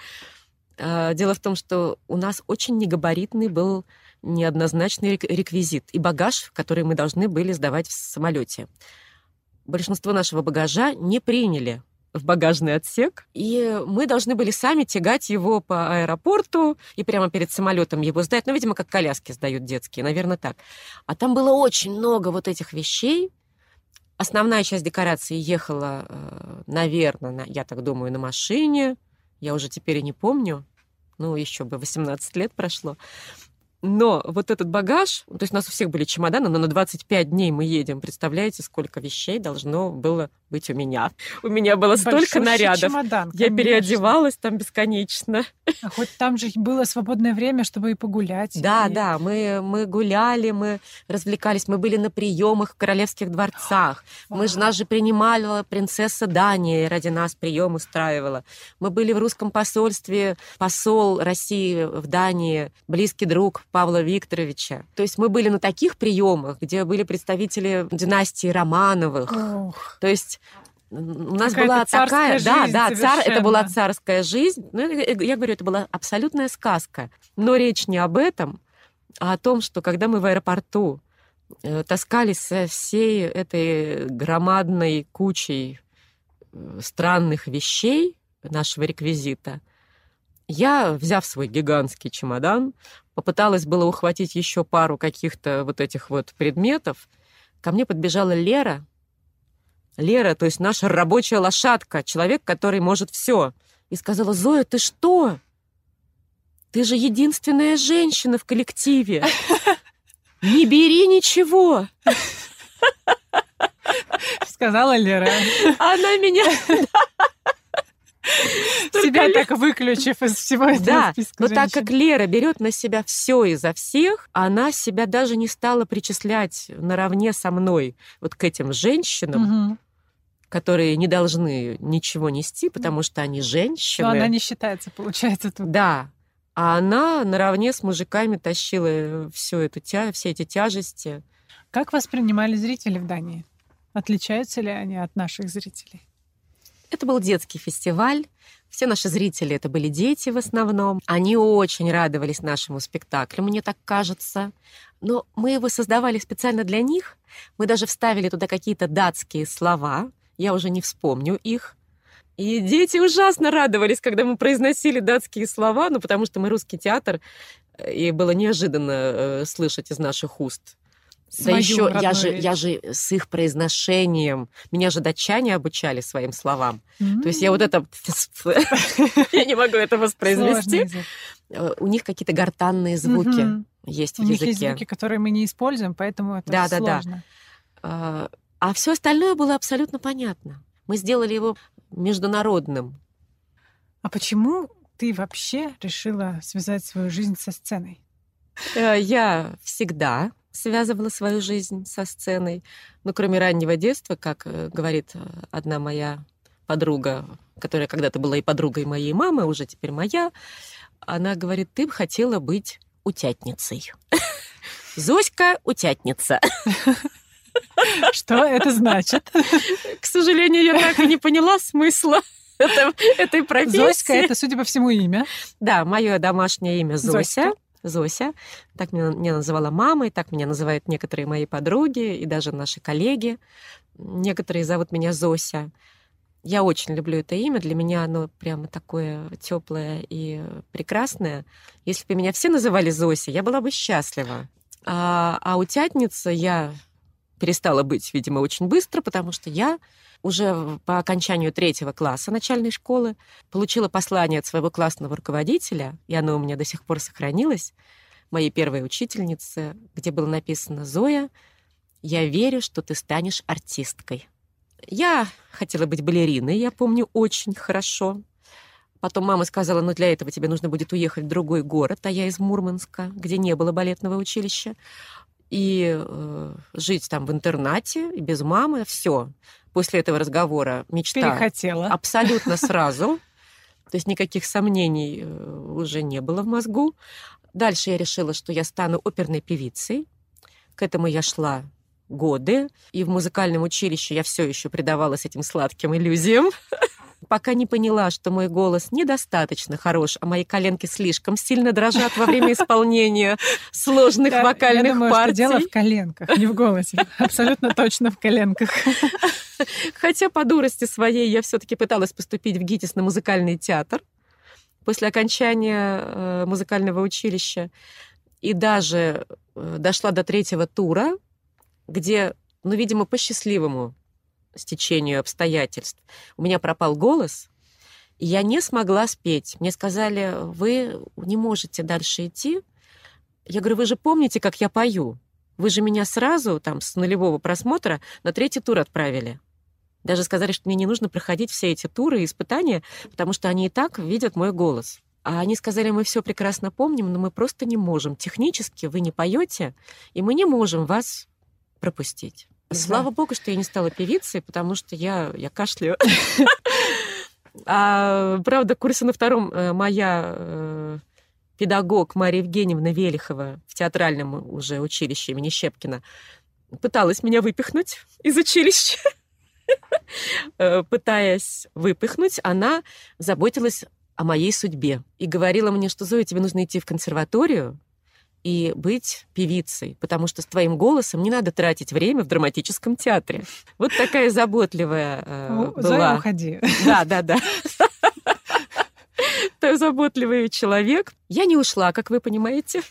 S2: Дело в том, что у нас очень негабаритный был неоднозначный реквизит и багаж, который мы должны были сдавать в самолете. Большинство нашего багажа не приняли в багажный отсек, и мы должны были сами тягать его по аэропорту и прямо перед самолетом его сдать. Ну, видимо, как коляски сдают детские, наверное, так. А там было очень много вот этих вещей. Основная часть декорации ехала, наверное, на, я так думаю, на машине. Я уже теперь и не помню. Ну, еще бы восемнадцать лет прошло. Но вот этот багаж, то есть у нас у всех были чемоданы, но на двадцать пять дней мы едем. Представляете, сколько вещей должно было быть у меня? У меня было столько
S1: Большущий
S2: нарядов.
S1: чемодан,
S2: Я
S1: конечно.
S2: переодевалась там бесконечно.
S1: А хоть там же было свободное время, чтобы и погулять.
S2: Да,
S1: и...
S2: да, мы, мы гуляли, мы развлекались, мы были на приемах в королевских дворцах. Мы же, нас же принимала принцесса Дания, ради нас прием устраивала. Мы были в русском посольстве, посол России в Дании, близкий друг Павла Викторовича. То есть мы были на таких приемах, где были представители династии Романовых.
S1: Ох.
S2: То есть у нас
S1: Какая-то
S2: была такая,
S1: царская
S2: да,
S1: жизнь
S2: да, цар, это была
S1: совершенно.
S2: царская жизнь. Ну, я я говорю, это была абсолютная сказка. Но речь не об этом, а о том, что когда мы в аэропорту э, таскались со всей этой громадной кучей э, странных вещей нашего реквизита, я, взяв свой гигантский чемодан, попыталась было ухватить еще пару каких-то вот этих вот предметов. Ко мне подбежала Лера. Лера, то есть наша рабочая лошадка, человек, который может все. И сказала: Зоя, ты что? Ты же единственная женщина в коллективе. Не бери ничего.
S1: Сказала Лера.
S2: Она меня...
S1: Себя так выключив из всего этого
S2: Да,
S1: списка
S2: но так
S1: женщин.
S2: как Лера берет на себя все и за всех, она себя даже не стала причислять наравне со мной вот к этим женщинам,
S1: Мгм.
S2: которые не должны ничего нести, потому что они женщины.
S1: Но она не считается, получается, тут.
S2: Да. А она наравне с мужиками тащила всю эту тя... все эти тяжести.
S1: Как воспринимали зрители в Дании? Отличаются ли они от наших зрителей?
S2: Это был детский фестиваль. Все наши зрители — это были дети в основном. Они очень радовались нашему спектаклю, мне так кажется. Но мы его создавали специально для них. Мы даже вставили туда какие-то датские слова. Я уже не вспомню их. И дети ужасно радовались, когда мы произносили датские слова, ну, потому что мы русский театр, и было неожиданно э, слышать из наших уст. Да
S1: Свою
S2: еще я
S1: родную
S2: же,
S1: речь.
S2: я же с их произношением. Меня же датчане обучали своим словам.
S1: М.
S2: То есть я вот это... Я не могу это
S1: Сложный
S2: воспроизвести.
S1: язык.
S2: Э, У них какие-то гортанные звуки.
S1: Мгм.
S2: есть
S1: У
S2: в
S1: них
S2: языке.
S1: есть звуки, которые мы не используем, поэтому это
S2: Да, да, да.
S1: сложно.
S2: А, а все остальное было абсолютно понятно. Мы сделали его международным.
S1: А почему ты вообще решила связать свою жизнь со сценой?
S2: Э, Я всегда связывала свою жизнь со сценой. Ну, кроме раннего детства, как э, говорит э, одна моя подруга, которая когда-то была и подругой моей мамы, уже теперь моя, она говорит, ты бы хотела быть утятницей. Зоська утятница.
S1: Что это значит?
S2: К сожалению, я так и не поняла смысла это- этой профессии.
S1: Зоська — это, судя по всему, имя.
S2: Да, мое домашнее имя Зося.
S1: Зоська.
S2: Зося. Так меня, меня называла мама, и так меня называют некоторые мои подруги, и даже наши коллеги. Некоторые зовут меня Зося. Я очень люблю это имя. Для меня оно прямо такое теплое и прекрасное. Если бы меня все называли Зося, я была бы счастлива. А, а утятница я перестала быть, видимо, очень быстро, потому что я уже по окончанию третьего класса начальной школы получила послание от своего классного руководителя, и оно у меня до сих пор сохранилось, моей первой учительницы, где было написано: «Зоя, я верю, что ты станешь артисткой». Я хотела быть балериной, я помню, очень хорошо. Потом мама сказала, ну для этого тебе нужно будет уехать в другой город, а я из Мурманска, где не было балетного училища, и э, жить там в интернате, и без мамы, все. После этого разговора мечта
S1: Перехотела.
S2: абсолютно сразу. То есть никаких сомнений э, уже не было в мозгу. Дальше я решила, что я стану оперной певицей. К этому я шла годы. И в музыкальном училище я все еще предавалась этим сладким иллюзиям. Пока не поняла, что мой голос недостаточно хорош, а мои коленки слишком сильно дрожат во время исполнения сложных
S1: Я-
S2: вокальных
S1: Я думаю,
S2: партий.
S1: что дело в коленках, не в голосе. Абсолютно точно в коленках.
S2: Хотя по дурости своей я все-таки пыталась поступить в ГИТИС на музыкальный театр после окончания э, музыкального училища. И даже э, дошла до третьего тура, где, ну, видимо, по счастливому стечению обстоятельств у меня пропал голос, и я не смогла спеть. Мне сказали, вы не можете дальше идти. Я говорю, вы же помните, как я пою? Вы же меня сразу там с нулевого просмотра на третий тур отправили. Даже сказали, что мне не нужно проходить все эти туры и испытания, потому что они и так видят мой голос. А они сказали, мы все прекрасно помним, но мы просто не можем. Технически вы не поете, и мы не можем вас пропустить.
S1: Да.
S2: Слава богу, что я не стала певицей, потому что я, я кашляю. А, правда, в курсе на втором э, моя э, педагог Мария Евгеньевна Велихова в театральном уже училище имени Щепкина пыталась меня выпихнуть из училища. Э, Пытаясь выпихнуть, она заботилась о моей судьбе и говорила мне, что, Зоя, тебе нужно идти в консерваторию и быть певицей, потому что с твоим голосом не надо тратить время в драматическом театре. Вот такая заботливая э,
S1: Ну,
S2: была.
S1: Зоя, уходи.
S2: Да, да, да. Такой заботливый человек. Я не ушла, как вы понимаете.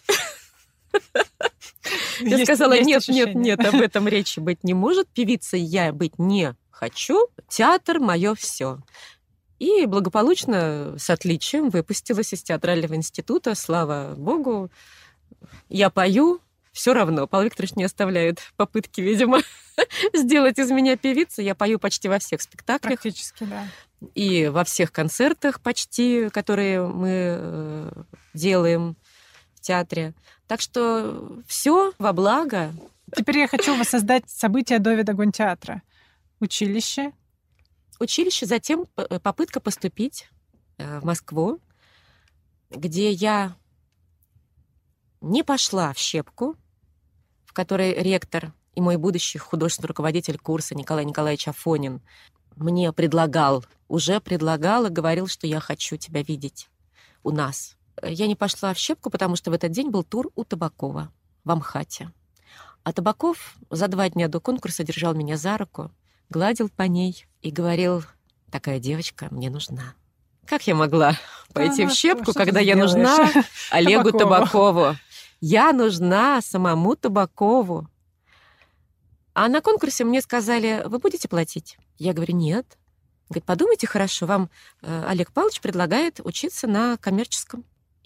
S2: Я
S1: Есть-
S2: сказала,
S1: есть
S2: нет, нет,
S1: ощущение.
S2: нет, об этом речи быть не может. Певицей я быть не хочу. Театр — мое все. И благополучно, с отличием, выпустилась из театрального института. Слава богу. Я пою, все равно. Павел Викторович не оставляет попытки, видимо, сделать из меня певицу. Я пою почти во всех спектаклях
S1: Практически, да.
S2: и во всех концертах почти, которые мы э, делаем в театре. Так что все во благо.
S1: Теперь я хочу воссоздать события Довида Гонтеатра. Училище.
S2: Училище, затем п- попытка поступить э, в Москву, где я не пошла в Щепку, в которой ректор и мой будущий художественный руководитель курса Николай Николаевич Афонин мне предлагал, уже предлагал и говорил, что я хочу тебя видеть у нас. Я не пошла в Щепку, потому что в этот день был тур у Табакова в Амхате. А Табаков за два дня до конкурса держал меня за руку, гладил по ней и говорил, такая девочка мне нужна. Как я могла пойти
S1: Ага,
S2: в Щепку,
S1: что ты
S2: когда я
S1: сделаешь?
S2: нужна Олегу
S1: Табакову.
S2: Табакову? Я нужна самому Табакову. А на конкурсе мне сказали, вы будете платить? Я говорю, нет. Говорит, подумайте хорошо, вам э, Олег Павлович предлагает учиться на коммерческом.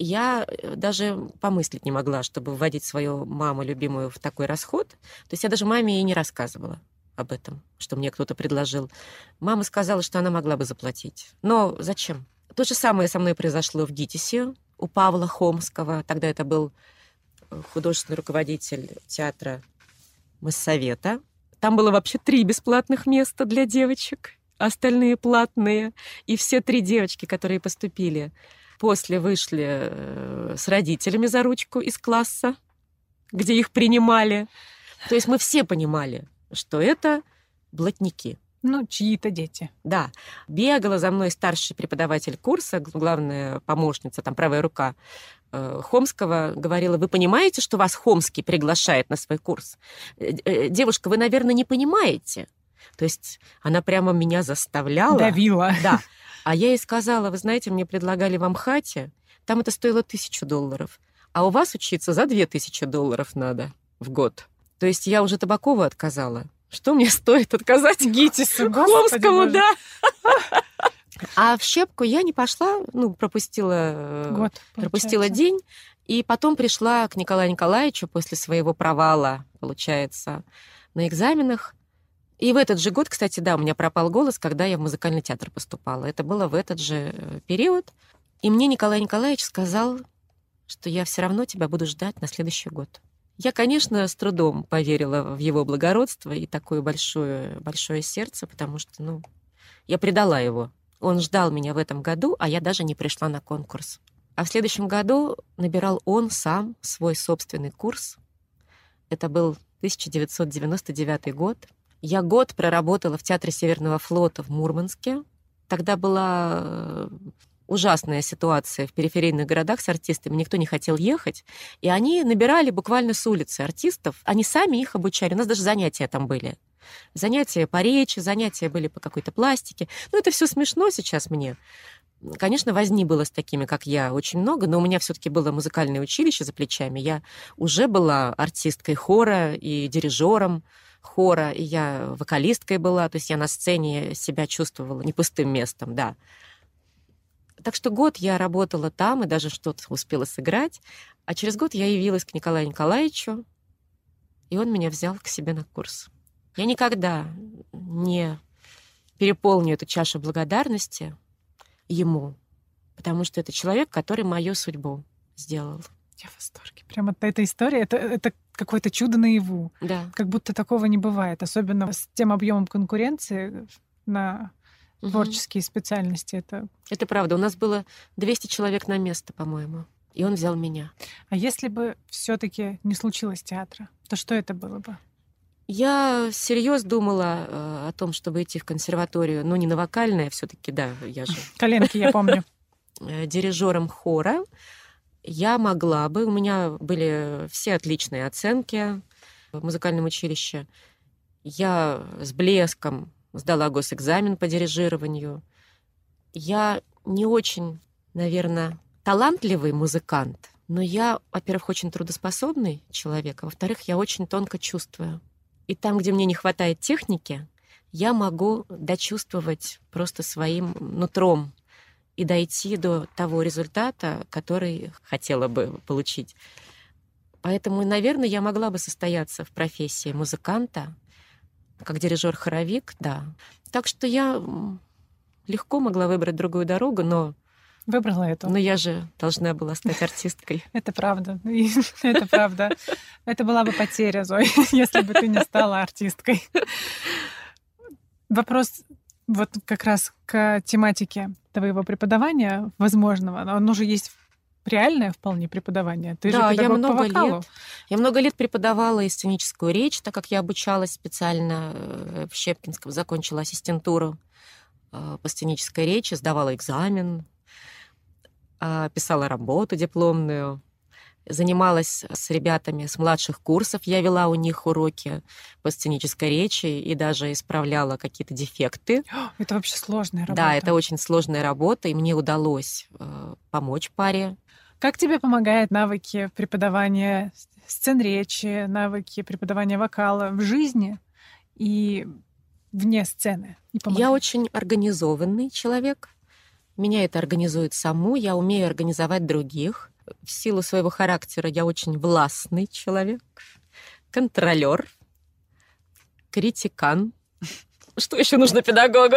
S2: Я даже помыслить не могла, чтобы вводить свою маму любимую в такой расход. То есть я даже маме и не рассказывала об этом, что мне кто-то предложил. Мама сказала, что она могла бы заплатить. Но зачем? То же самое со мной произошло в ГИТИСе у Павла Хомского. Тогда это был художественный руководитель театра Моссовета. Там было вообще три бесплатных места для девочек, остальные платные. И все три девочки, которые поступили, после вышли с родителями за ручку из класса, где их принимали. То есть мы все понимали, что это блатники.
S1: Ну, чьи-то дети.
S2: Да. Бегала за мной старший преподаватель курса, главная помощница, там правая рука э, Хомского, говорила: вы понимаете, что вас Хомский приглашает на свой курс? Девушка, вы, наверное, не понимаете. То есть она прямо меня заставляла.
S1: Давила.
S2: Да. А я ей сказала: вы знаете, мне предлагали в Амхате, там это стоило тысячу долларов, а у вас учиться за две тысячи долларов надо в год. То есть я уже Табакову отказала. Что мне стоит отказать
S1: ГИТИСу,
S2: Хомскому, да? А в Щепку я не пошла, ну, пропустила,
S1: Год,
S2: пропустила день, и потом пришла к Николаю Николаевичу после своего провала, получается, на экзаменах. И в этот же год, кстати, да, у меня пропал голос, когда я в музыкальный театр поступала. Это было в этот же период. И мне Николай Николаевич сказал, что я все равно тебя буду ждать на следующий год. Я, конечно, с трудом поверила в его благородство и такое большое, большое сердце, потому что, ну, я предала его. Он ждал меня в этом году, а я даже не пришла на конкурс. А в следующем году набирал он сам свой собственный курс. Это был тысяча девятьсот девяносто девятый год. Я год проработала в Театре Северного флота в Мурманске. Тогда была ужасная ситуация в периферийных городах с артистами. Никто не хотел ехать. И они набирали буквально с улицы артистов. Они сами их обучали. У нас даже занятия там были. Занятия по речи, занятия были по какой-то пластике. Ну, это все смешно сейчас мне. Конечно, возни было с такими, как я, очень много, но у меня все-таки было музыкальное училище за плечами. Я уже была артисткой хора и дирижером хора, и я вокалисткой была. То есть я на сцене себя чувствовала не пустым местом, да. Так что год я работала там и даже что-то успела сыграть. А через год я явилась к Николаю Николаевичу, и он меня взял к себе на курс. Я никогда не переполню эту чашу благодарности ему, потому что это человек, который мою судьбу сделал.
S1: Я в восторге. Прямо эта история, это, это какое-то чудо наяву.
S2: Да.
S1: Как будто такого не бывает, особенно с тем объемом конкуренции на угу. творческие специальности. Это...
S2: это правда. У нас было двести человек на место, по-моему, и он взял меня.
S1: А если бы все-таки не случилось театра, то что это было бы?
S2: Я всерьез думала э, о том, чтобы идти в консерваторию, но не на вокальное, все-таки, да, я же.
S1: Коленки, я помню.
S2: Дирижером хора. Я могла бы, у меня были все отличные оценки в музыкальном училище. Я с блеском сдала госэкзамен по дирижированию. Я не очень, наверное, талантливый музыкант, но я, во-первых, очень трудоспособный человек, а во-вторых, я очень тонко чувствую. И там, где мне не хватает техники, я могу дочувствовать просто своим нутром и дойти до того результата, который хотела бы получить. Поэтому, наверное, я могла бы состояться в профессии музыканта, как дирижер-хоровик, да. Так что я легко могла выбрать другую дорогу, но...
S1: Выбрала эту.
S2: Но я же должна была стать артисткой.
S1: Это правда. Это правда. Это была бы потеря, Зой, если бы ты не стала артисткой. Вопрос вот как раз к тематике твоего преподавания возможного. Оно же есть реальное вполне преподавание. Ты
S2: да,
S1: же педагог
S2: я много
S1: по вокалу.
S2: лет. Я много лет преподавала и сценическую речь, так как я обучалась специально в Щепкинском, закончила ассистентуру по сценической речи, сдавала экзамен, писала работу дипломную, занималась с ребятами с младших курсов. Я вела у них уроки по сценической речи и даже исправляла какие-то дефекты.
S1: Это вообще сложная работа.
S2: Да, это очень сложная работа, и мне удалось э, помочь паре.
S1: Как тебе помогают навыки преподавания сцен речи, навыки преподавания вокала в жизни и вне сцены?
S2: Я очень организованный человек. Меня это организует саму. Я умею организовать других. в силу своего характера я очень властный человек, контролер, критикан. Что еще нужно педагогу?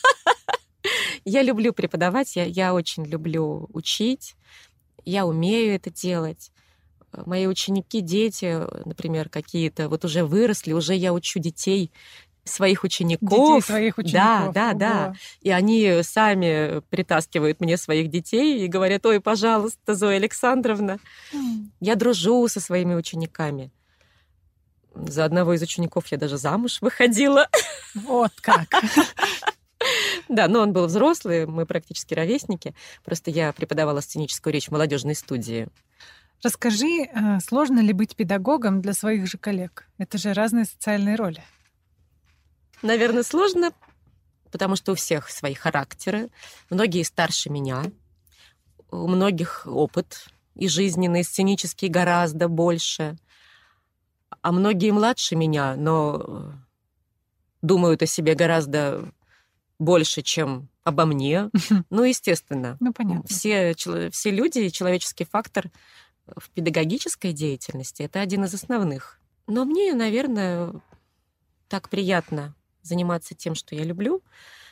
S2: Я люблю преподавать, я, я очень люблю учить, я умею это делать. Мои ученики, дети, например, какие-то, вот уже выросли, уже я учу детей своих учеников.
S1: Детей своих учеников.
S2: Да, да,
S1: Ого.
S2: да. И они сами притаскивают мне своих детей и говорят: ой, пожалуйста, Зоя Александровна. Mm. Я дружу со своими учениками. За одного из учеников я даже замуж выходила.
S1: Вот как.
S2: Да, но он был взрослый, мы практически ровесники. Просто я преподавала сценическую речь в молодежной студии.
S1: Расскажи, сложно ли быть педагогом для своих же коллег? Это же разные социальные роли.
S2: Наверное, сложно, потому что у всех свои характеры. Многие старше меня, у многих опыт и жизненный, и сценический гораздо больше. А многие младше меня, но думают о себе гораздо больше, чем обо мне. Ну, естественно.
S1: Ну, понятно.
S2: Все, все люди, человеческий фактор в педагогической деятельности — это один из основных. Но мне, наверное, так приятно заниматься тем, что я люблю,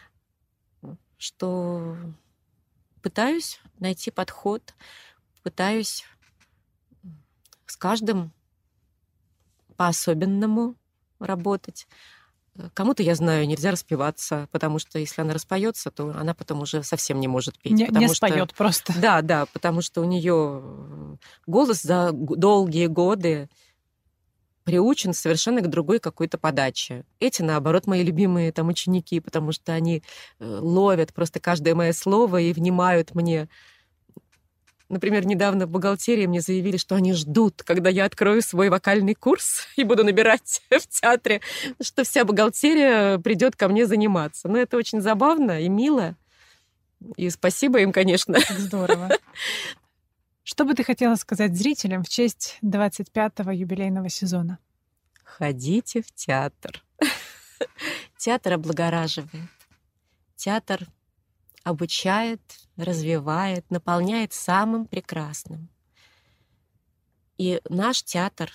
S2: что пытаюсь найти подход, пытаюсь с каждым по-особенному работать. Кому-то, я знаю, нельзя распеваться, потому что если она распоется, то она потом уже совсем не может петь.
S1: Не,
S2: потому
S1: не
S2: что,
S1: споет просто.
S2: Да, да, потому что у нее голос за долгие годы приучен совершенно к другой какой-то подаче. Эти, наоборот, мои любимые там ученики, потому что они ловят просто каждое мое слово и внимают мне. Например, недавно в бухгалтерии мне заявили, что они ждут, когда я открою свой вокальный курс и буду набирать в театре, что вся бухгалтерия придет ко мне заниматься. Но это очень забавно и мило. И спасибо им, конечно.
S1: Здорово. Что бы ты хотела сказать зрителям в честь двадцать пятого юбилейного сезона?
S2: Ходите в театр. Театр облагораживает. Театр обучает, развивает, наполняет самым прекрасным. И наш театр,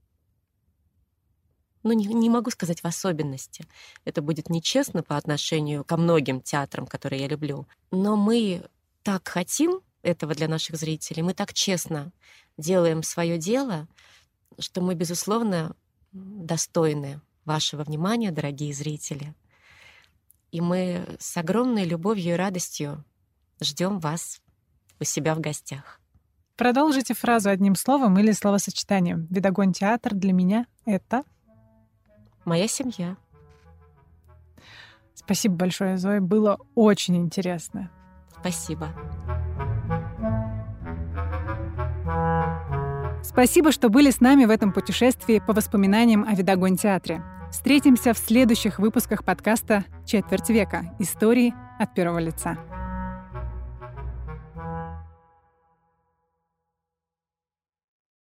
S2: ну, не, не могу сказать в особенности, это будет нечестно по отношению ко многим театрам, которые я люблю, но мы так хотим этого для наших зрителей, мы так честно делаем свое дело, что мы, безусловно, достойны вашего внимания, дорогие зрители. И мы с огромной любовью и радостью ждем вас у себя в гостях.
S1: Продолжите фразу одним словом или словосочетанием. Видогон театр для меня — это...
S2: Моя семья.
S1: Спасибо большое, Зоя. Было очень интересно.
S2: Спасибо.
S1: Спасибо, что были с нами в этом путешествии по воспоминаниям о Видогон театре. Встретимся в следующих выпусках подкаста «Четверть века. Истории от первого лица».